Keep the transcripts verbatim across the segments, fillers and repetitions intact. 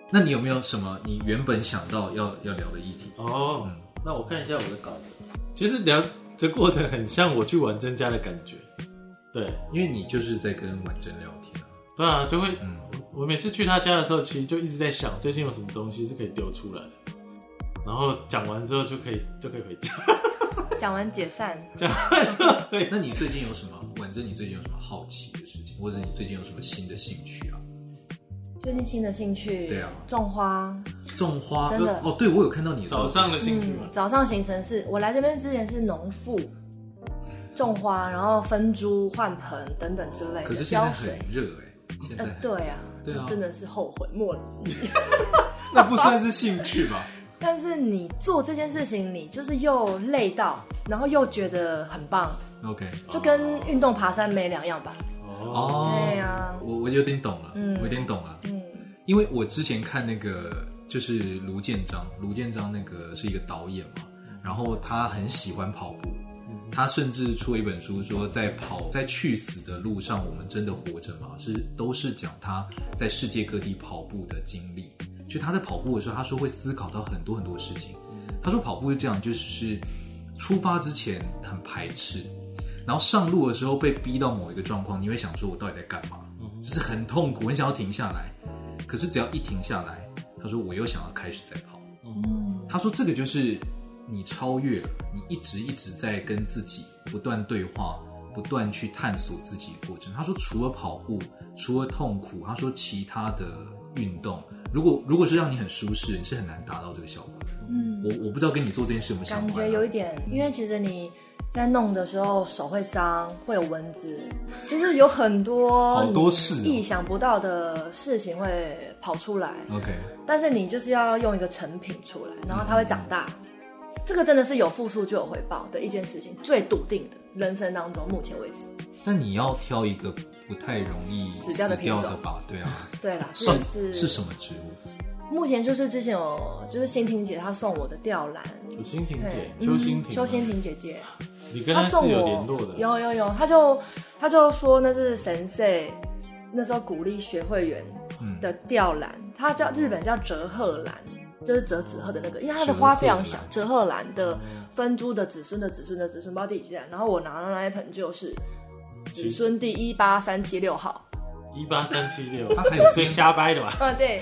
那你有没有什么你原本想到要要聊的议题？ 哦、嗯，那我看一下我的稿子。其实聊这过程很像我去婉珍家的感觉。对， 因为你就是在跟婉珍聊天啊。 对啊，就会，嗯，我每次去他家的时候，其实就一直在想最近有什么东西是可以丢出来的，然后讲完之后就可以就可以回家。 讲完解散， 讲完就可以。 那你最近有什么？婉珍，你最近有什么好奇的事情，或者你最近有什么新的兴趣啊？ 最近新的兴趣， 对啊， 种花。 种花， 真的哦，对，我有看到你的早上的兴趣嘛、 嗯。早上行程是我来这边之前是农妇，种花，然后分株、换盆等等之类的。 可是现在很热哎、欸，现在、 呃、对啊， 对啊， 就真的是后悔莫及。 那不算是兴趣吧？ 但是你做这件事情，你就是又累到，然后又觉得很棒。 OK， 就跟运动爬山没两样吧？ 哦， 对呀、啊， 我我有点懂了， 嗯， 我有点懂了， 嗯， 因为我之前看那个就是卢建章，卢建章那个是一个导演嘛，然后他很喜欢跑步，他甚至出了一本书说，在跑在去死的路上，我们真的活着吗？是都是讲他在世界各地跑步的经历。就他在跑步的时候，他说会思考到很多很多事情。他说跑步是这样，就是出发之前很排斥，然后上路的时候被逼到某一个状况，你会想说我到底在干嘛？就是很痛苦，很想要停下来。可是只要一停下来，他说我又想要开始再跑。嗯，他说这个就是你超越了，你一直一直在跟自己不断对话，不断去探索自己的过程。他说除了跑步，除了痛苦，他说其他的运动，如果如果是让你很舒适，你是很难达到这个效果的。嗯，我我不知道跟你做这件事有没有相关、啊、 感觉有一点，因为其实你在弄的时候手会脏，会有蚊子，就是有很多好多事、哦、 意想不到的事情会跑出来。 OK， 但是你就是要用一个成品出来，然后它会长大、嗯、这个真的是有付出就有回报的一件事情，最笃定的人生当中目前为止。 但你要挑一个不太容易死掉的品种吧？对啊， 对啦， 是是是什么植物？ 目前就是之前有就是欣婷姐她送我的吊兰， 有欣婷姐，邱欣婷， 邱欣婷姐姐， 你跟她是有联络的？ 有有有，她就她就说那是神社那时候鼓励学会员的吊兰，它叫日本叫折鹤兰，就是折纸鹤的那个，因为它的花非常小，折鹤兰的分株的子孙的子孙的子孙，不知道第几代。然后我拿的那一盆就是子孙第一八三七六号。 一八三七六， 他还有所以瞎掰的吧？ 嗯，对。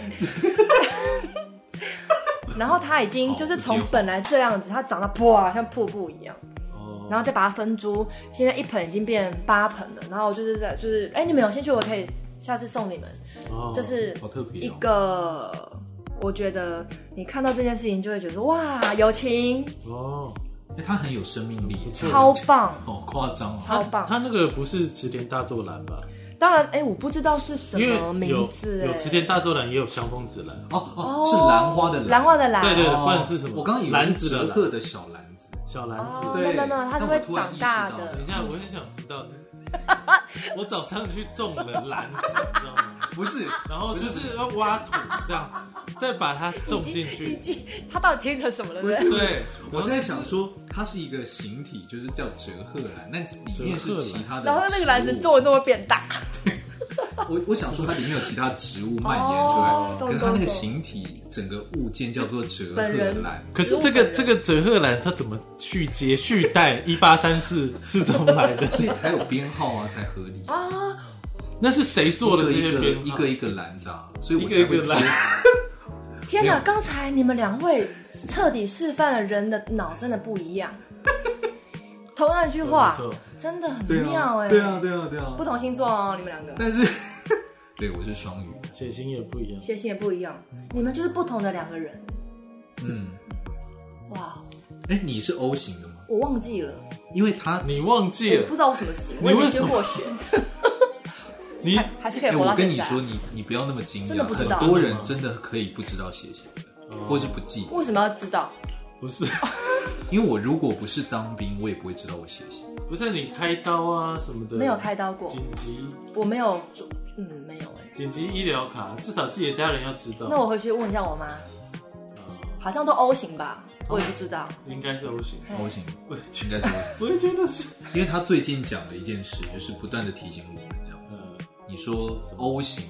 然后它已经就是从本来这样子，它长到哇像瀑布一样，哦，然后再把它分株，现在一盆已经变八盆了。然后就是在就是哎，你们有兴趣我可以下次送你们，哦，就是一个，哦，我觉得你看到这件事情就会觉得哇友情哦。 欸、它很有生命力， 超棒， 好夸张， 超棒。 它那个不是池田大作兰吧？ 当然，哎、欸，我不知道是什么名字、欸。 有池田大作兰，也有香风紫兰。 哦哦，是兰花的兰， 兰花的兰。 对对对，不然是什么？ 我刚刚以为是折鹤的小兰子， 小兰子。 哦，没有没有，它是会长大的。 等一下，我很想知道。我早上去种了兰子，你知道吗？ 不是， 然后就是要挖土这样，再把它种进去。 它到底听成什么了？ 不是， 对， 我在想说，它是一个形体，就是叫折鹤兰，但里面是其他的。 然后那个兰子做的都会变大。 我我想说，它里面有其他植物蔓延出来，哦，可是它那个形体整个物件叫做折鹤兰。 可是这个这个折鹤兰它怎么续接续代？一八三四是怎么来的？ 所以才有编号啊，才合理啊。 那是谁做的这些编号？ 一个一个篮子啊，所以我才会接。 天哪！刚才你们两位彻底示范了人的脑真的不一样。同样一句话，真的很妙哎。 对啊，对啊，对啊。 不同星座哦，你们两个。 但是，对，我是双鱼， 血型也不一样， 血型也不一样，你们就是不同的两个人。 嗯， 哇。 哎，你是 O 型的吗？ 我忘记了， 因为他你忘记了， 我不知道我什么型，我也没去过学。 你还, 还是可以活到现在。 我跟你说，你你不要那么惊讶， 真的不知道。 很多人真的可以不知道血型的，哦，或是不记得。 为什么要知道？ 不是， 因为我如果不是当兵，我也不会知道我血型。 不是你开刀啊什么的， 没有开刀过。 紧急， 我没有，嗯，没有哎，欸。 紧急医疗卡，至少自己的家人要知道。 那我回去问一下我妈，呃、好像都 O 型吧。我也不知道， 应该是 O 型 ，O 型， 我应该是 O 型， 我也觉得是， 因为他最近讲了一件事，就是不断的提醒我们这样子。嗯，你说 O 型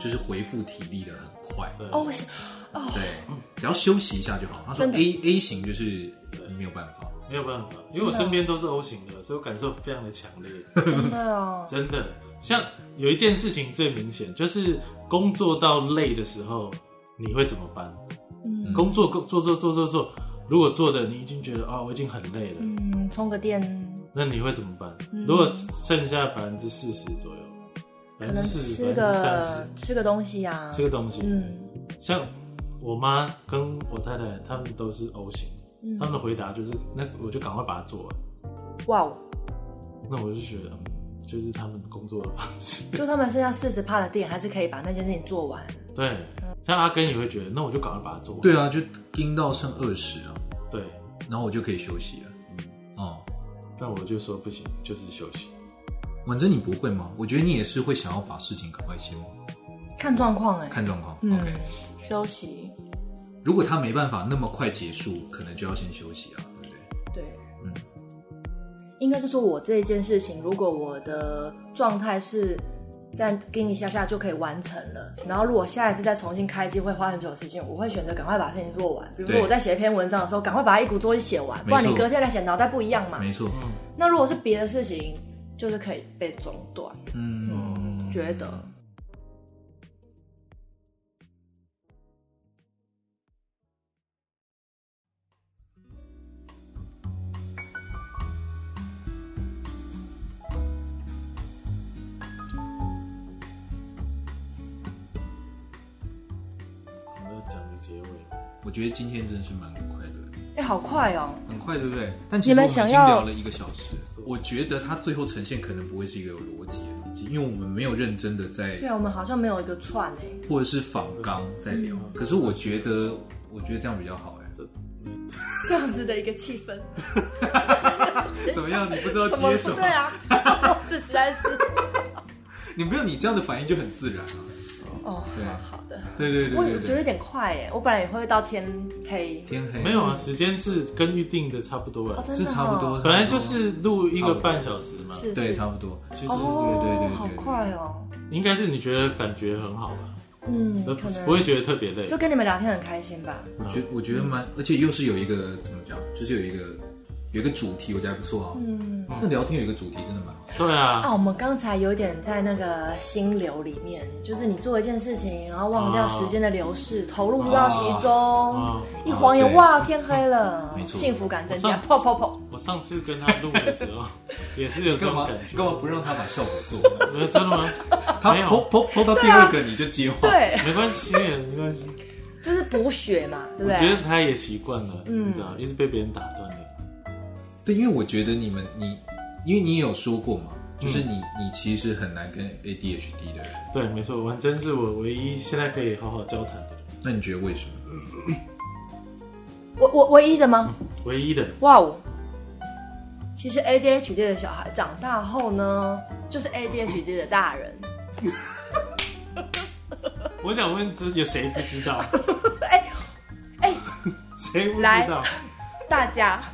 就是恢复体力的很快。 哦，哦， 对，只要休息一下就好。他说 A A 型就是没有办法， 没有办法，因为我身边都是 O 型的，所以我感受非常的强烈。 真的哦， 真的。像有一件事情最明显，就是工作到累的时候，你会怎么办？嗯，工作做做做做做，如果做的你已经觉得啊、哦，我已经很累了， 嗯，充个电， 那你会怎么办？嗯、如果剩下百分之四十左右， 可能吃个吃个东西啊， 吃个东西，嗯，像我妈跟我太太，他们都是 O 型，嗯、他们的回答就是，那我就赶快把它做完。 哇哦， 那我就觉得。嗯就是他们工作的方式， 就他们剩下四十趴的电，还是可以把那件事情做完。 对，像阿根也会觉得，那我就赶快把它做完。 对啊，就盯到剩二十啊。 对， 然后我就可以休息了。嗯，哦， 但我就说不行，就是休息。 婉珍，你不会吗？我觉得你也是会想要把事情赶快先看状况哎， 看状况。 嗯、 OK， 休息。 如果他没办法那么快结束，可能就要先休息啊，对不对？ 对，嗯。应该是说，我这一件事情，如果我的状态是再跟一下下就可以完成了，然后如果下一次再重新开机会花很久的时间，我会选择赶快把事情做完。比如说我在写一篇文章的时候，赶快把它一鼓作气写完，不然你隔天来写脑袋不一样嘛。 没错。嗯、 那如果是别的事情，就是可以被中断。嗯，嗯觉得。 我觉得今天真的是蛮快乐的。 哎、欸，好快哦， 很快，对不对？但其实我们已经聊了一个小时，我觉得它最后呈现可能不会是一个有逻辑的东西，因为我们没有认真的在。 对啊，我们好像没有一个串哎， 或者是仿纲在聊。嗯、可是我觉得，我觉得这样比较好哎，这这样子的一个气氛。 怎么样？你不知道接什么？ 对啊，这实在是。 你没有你这样的反应就很自然啊。 哦，对，好的， 对对 对, 對, 對， 我觉得有点快耶，我本来也会到天黑， 天黑没有啊，时间是跟预定的差不多了， 哦、 是差不多， 本来就是录一个半小时嘛， 是， 对，差不多， 其实， 哦、 对对对， 好快哦， 应该是你觉得感觉很好吧？ 嗯， 可能不会觉得特别累， 就跟你们聊天很开心吧？ 我觉得我觉得蛮，而且又是有一个怎么讲，就是有一个。有一个主题，我觉得还不错啊。嗯，这聊天有一个主题，真的蛮好。 对啊。 啊，我们刚才有点在那个心流里面，就是你做一件事情，然后忘掉时间的流逝，啊、投入到其中，啊、一晃眼，哇，天黑了，没错，幸福感增加，泡泡泡。 我上次跟他录的时候，也是有这种感觉。 干嘛不让他把效果做？ 没有真的吗？ 他剖剖剖到第二个你就接话， 对， 没关系，没关系。 就是补血嘛，对不对？ 我觉得他也习惯了，嗯，你知道，一直被别人打断的。 对，因为我觉得你们你，因为你也有说过嘛，就是你、嗯、你其实很难跟 A D H D 的人。 对，没错，婉珍是我唯一现在可以好好交谈的人。 那你觉得为什么？ 我我唯一的吗？ 嗯、唯一的。 哇哦！其实 A D H D 的小孩长大后呢，就是 A D H D 的大人。 我想问，这有谁不知道？ 哎哎， 谁不知道？ 大家。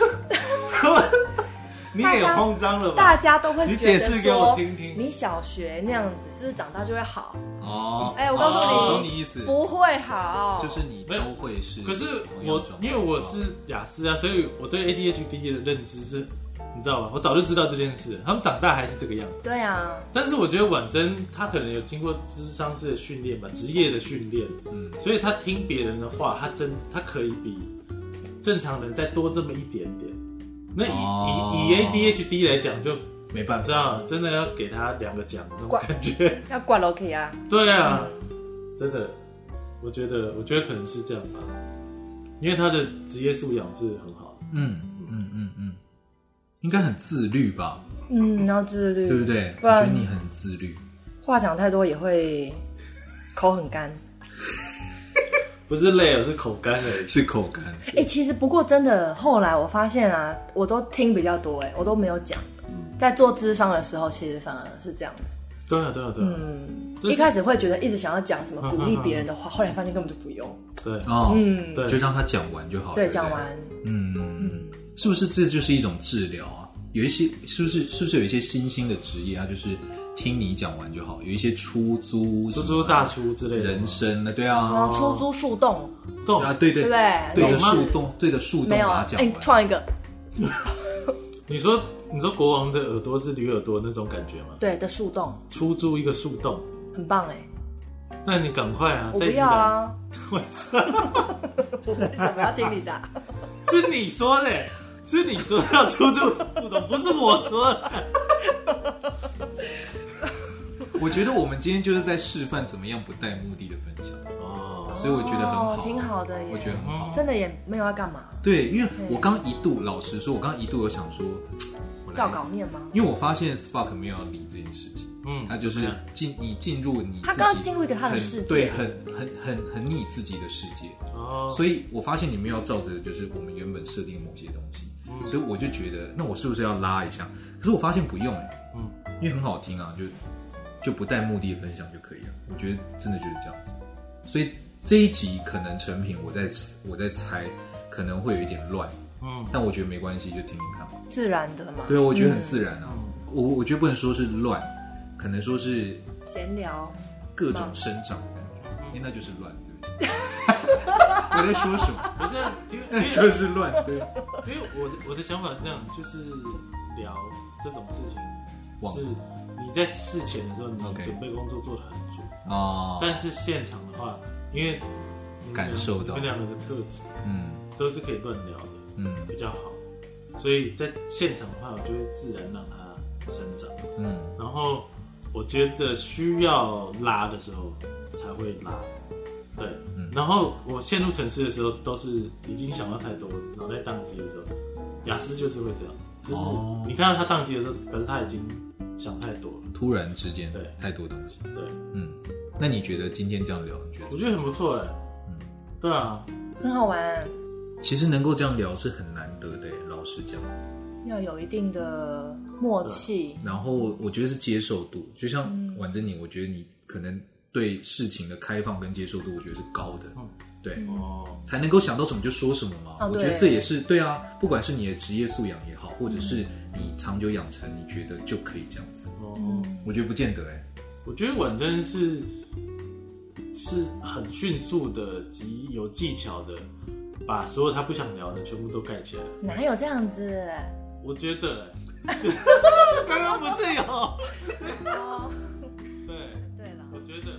你也慌张了吧？ 大家都会觉得说， 你解释给我听听。 你小学那样子，是不是长大就会好？ 哦， 哎、欸，我告诉你， 我懂你意思， 不会好， 就是你都会是。 可是我因为我是亚斯啊，所以我对 A D H D 的认知是，你知道吗？我早就知道这件事，他们长大还是这个样子。 对啊。但是我觉得婉珍她可能有经过諮商師的训练吧，职业的训练，嗯，所以她听别人的话，她真她可以比正常人再多这么一点点。那以、哦、以以 A D H D 来讲，就没办法， 知道真的要给他两个奖那种感觉， 要挂 Loki 啊。 对啊，嗯、真的，我觉得我觉得可能是这样吧，因为他的职业素养是很好的。 嗯嗯嗯嗯，应该很自律吧？ 嗯，要自律， 对不对？我觉得你很自律， 话讲太多也会口很干。 不是累了，是口干而已， 是口干。 哎、欸，其实不过真的，后来我发现啊，我都听比较多，哎，我都没有讲。嗯、在做諮商的时候，其实反而是这样子。 对啊，对啊，对啊。 嗯，一开始会觉得一直想要讲什么鼓励别人的话，后来发现根本就不用。 对， 哦，嗯，对，就让他讲完就好了。 对，讲完。 嗯嗯，是不是这就是一种治疗啊？ 有一些是不是是不是有一些新兴的职业啊？就是听你讲完就好，有一些出租、 出租大叔之类的人生的，对啊， 哦，出租树洞， 洞啊，对对对不对？ 对着树洞，对着树洞没有啊，哎， 把它讲完。 创一个， 你说你说国王的耳朵是驴耳朵那种感觉吗？ 对的树洞， 出租一个树洞， 很棒哎。 那你赶快啊！ 我不要啊！ 我我为什么要听你的？ 是你说的，是你说要出租树洞，不是我说的。 我觉得我们今天就是在示范怎么样不带目的的分享哦，所以我觉得很好， 哦、挺好的耶， 我觉得很好， 真的也没有要干嘛。 对，因为我刚一度老实说，我刚一度有想说， 照稿念吗？ 因为我发现 Spark 没有要理这件事情，嗯，他就是进你进入你自己， 他刚刚进入一个他的世界， 对，很很很很你自己的世界哦，所以我发现你没有照着就是我们原本设定的某些东西，嗯，所以我就觉得那我是不是要拉一下？可是我发现不用哎，嗯，因为很好听啊，就。就不带目的分享就可以了，我觉得真的就是这样子。所以这一集可能成品，我在我在猜，可能会有一点乱，嗯，但我觉得没关系，就听听看嘛。 自然的嘛。 对，我觉得很自然啊。嗯、我我觉得不能说是乱，可能说是闲聊， 各种生长的感觉，因为那就是乱，对不对？我在说什么？ 不是，因为那就是乱，对。 因为我的我的想法是这样，就是聊这种事情是。你在事前的时候，你准备工作做得很足哦，但是现场的话，因为感受到你们两个的特质，嗯，都是可以乱聊的，嗯，比较好，所以在现场的话，我就会自然让它生长，嗯，然后我觉得需要拉的时候才会拉，对，嗯，然后我陷入沉思的时候，都是已经想到太多，脑袋宕机的时候，雅思就是会这样，就是你看到他宕机的时候，可是他已经。想太多了， 突然之间， 对， 太多东西， 对， 嗯，那你觉得今天这样聊，你觉得？ 我觉得很不错哎，嗯，对啊， 很好玩。 其实能够这样聊是很难得的，老实讲， 要有一定的默契。 然后我觉得是接受度，就像婉珍你，我觉得你可能对事情的开放跟接受度，我觉得是高的，嗯，对，哦，才能够想到什么就说什么嘛。哦、我觉得这也是对啊，不管是你的职业素养也好，或者是。你长久养成，你觉得就可以这样子？哦，我觉得不见得哎、欸。 我觉得婉珍是是很迅速的及有技巧的，把所有他不想聊的全部都盖起来。 哪有这样子？ 我觉得、欸，刚刚不是有？哦，对对了， 我觉得。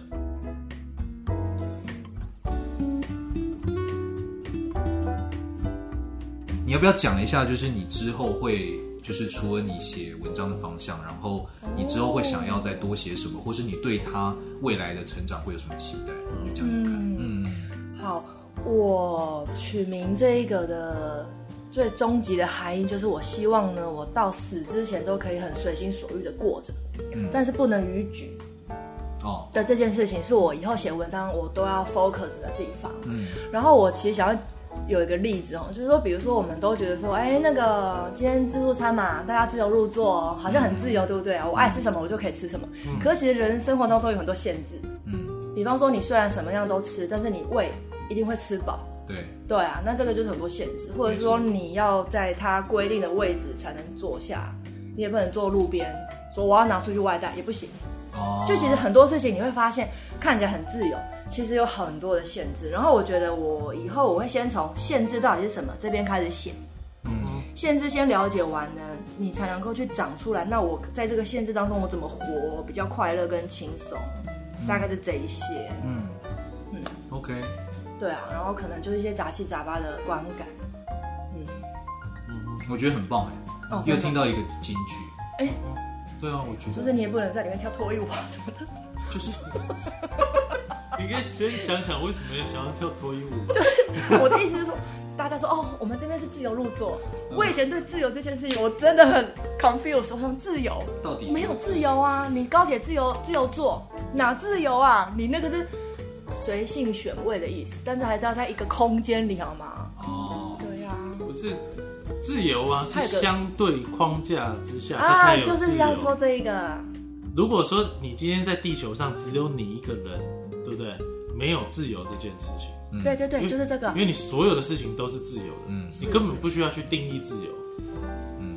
你要不要讲一下？就是你之后会。就是除了你写文章的方向，然后你之后会想要再多写什么，或是你对他未来的成长会有什么期待？你就讲讲看。嗯， 好，我取名这一个的最终极的含义就是，我希望呢，我到死之前都可以很随心所欲的过着，嗯，但是不能逾矩。哦，的这件事情是我以后写文章我都要 focus 的地方。嗯，然后我其实想要。有一个例子哦，就是说，比如说，我们都觉得说，哎，那个今天自助餐嘛，大家自由入座，好像很自由，对不对啊？我爱吃什么我就可以吃什么。嗯、可是其实人生活当中有很多限制。嗯，比方说，你虽然什么样都吃，但是你胃一定会吃饱。 对。 对啊，那这个就是很多限制，或者是说你要在它规定的位置才能坐下，你也不能坐路边，说我要拿出去外带也不行。哦。就其实很多事情你会发现看起来很自由。其实有很多的限制，然后我觉得我以后我会先从限制到底是什么这边开始写，嗯，限制先了解完呢，你才能够去长出来。那我在这个限制当中，我怎么活比较快乐跟轻松，嗯、大概是这一些，嗯嗯 ，OK， 对啊，然后可能就是一些杂七杂八的观感，嗯嗯，我觉得很棒哎，哦、又听到一个金句，哎、欸，对啊，我觉得就是你也不能在里面跳脱衣舞啊什么的， 就是。 你可以先想想为什么要想要跳脱衣舞？ 就是我的意思是说，大家说哦，我们这边是自由入座。我以前对自由这件事情，我真的很 confused。我说自由到底没有自由啊？你高铁自由自由坐，哪自由啊？你那个是随性选位的意思，但是还是要在一个空间里好吗？哦，对呀、啊， 不是自由啊，是相对框架之下啊， 它才有自由。 就是要说这一个。 如果说你今天在地球上只有你一个人。对不对？没有自由这件事情。 嗯、对对对，就是这个。 因为你所有的事情都是自由的，嗯，你根本不需要去定义自由。 嗯，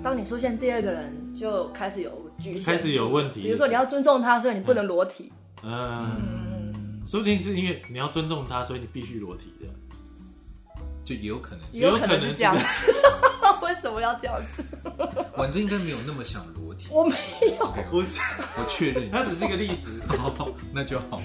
当你出现第二个人，就开始有局限， 开始有问题。 比如说你要尊重他，所以你不能裸体。 嗯，嗯说不定是因为你要尊重他，所以你必须裸体的， 就也有可能， 也有可能是这样子。为什么要这样子？ 婉珍应该没有那么想裸体。 我没有， okay, 我我确认， 他只是一个例子。 好，那就好。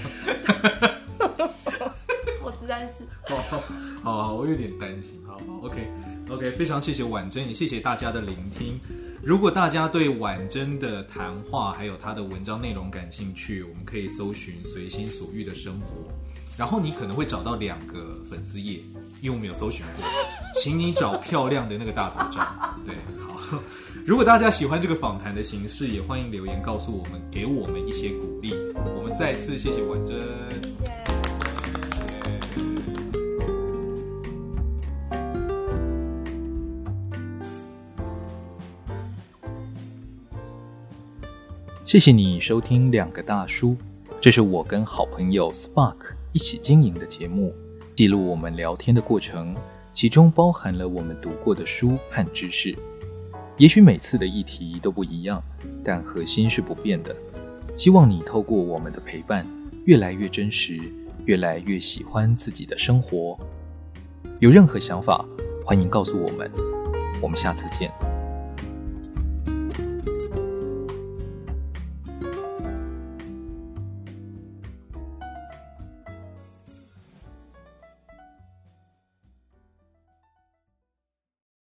我实在是， 好好好，我有点担心。好 ，OK OK， 非常谢谢婉珍，也谢谢大家的聆听。如果大家对婉珍的谈话还有她的文章内容感兴趣，我们可以搜寻随心所欲的生活，然后你可能会找到两个粉丝页，因为我们有搜寻过，请你找漂亮的那个大头照。对，好。如果大家喜欢这个访谈的形式，也欢迎留言告诉我们，给我们一些鼓励。我们再次谢谢婉珍， 谢谢。 谢谢你收听两个大叔，这是我跟好朋友 Spark 一起经营的节目，记录我们聊天的过程，其中包含了我们读过的书和知识。也许每次的议题都不一样，但核心是不变的。希望你透过我们的陪伴，越来越真实，越来越喜欢自己的生活。有任何想法，欢迎告诉我们。我们下次见。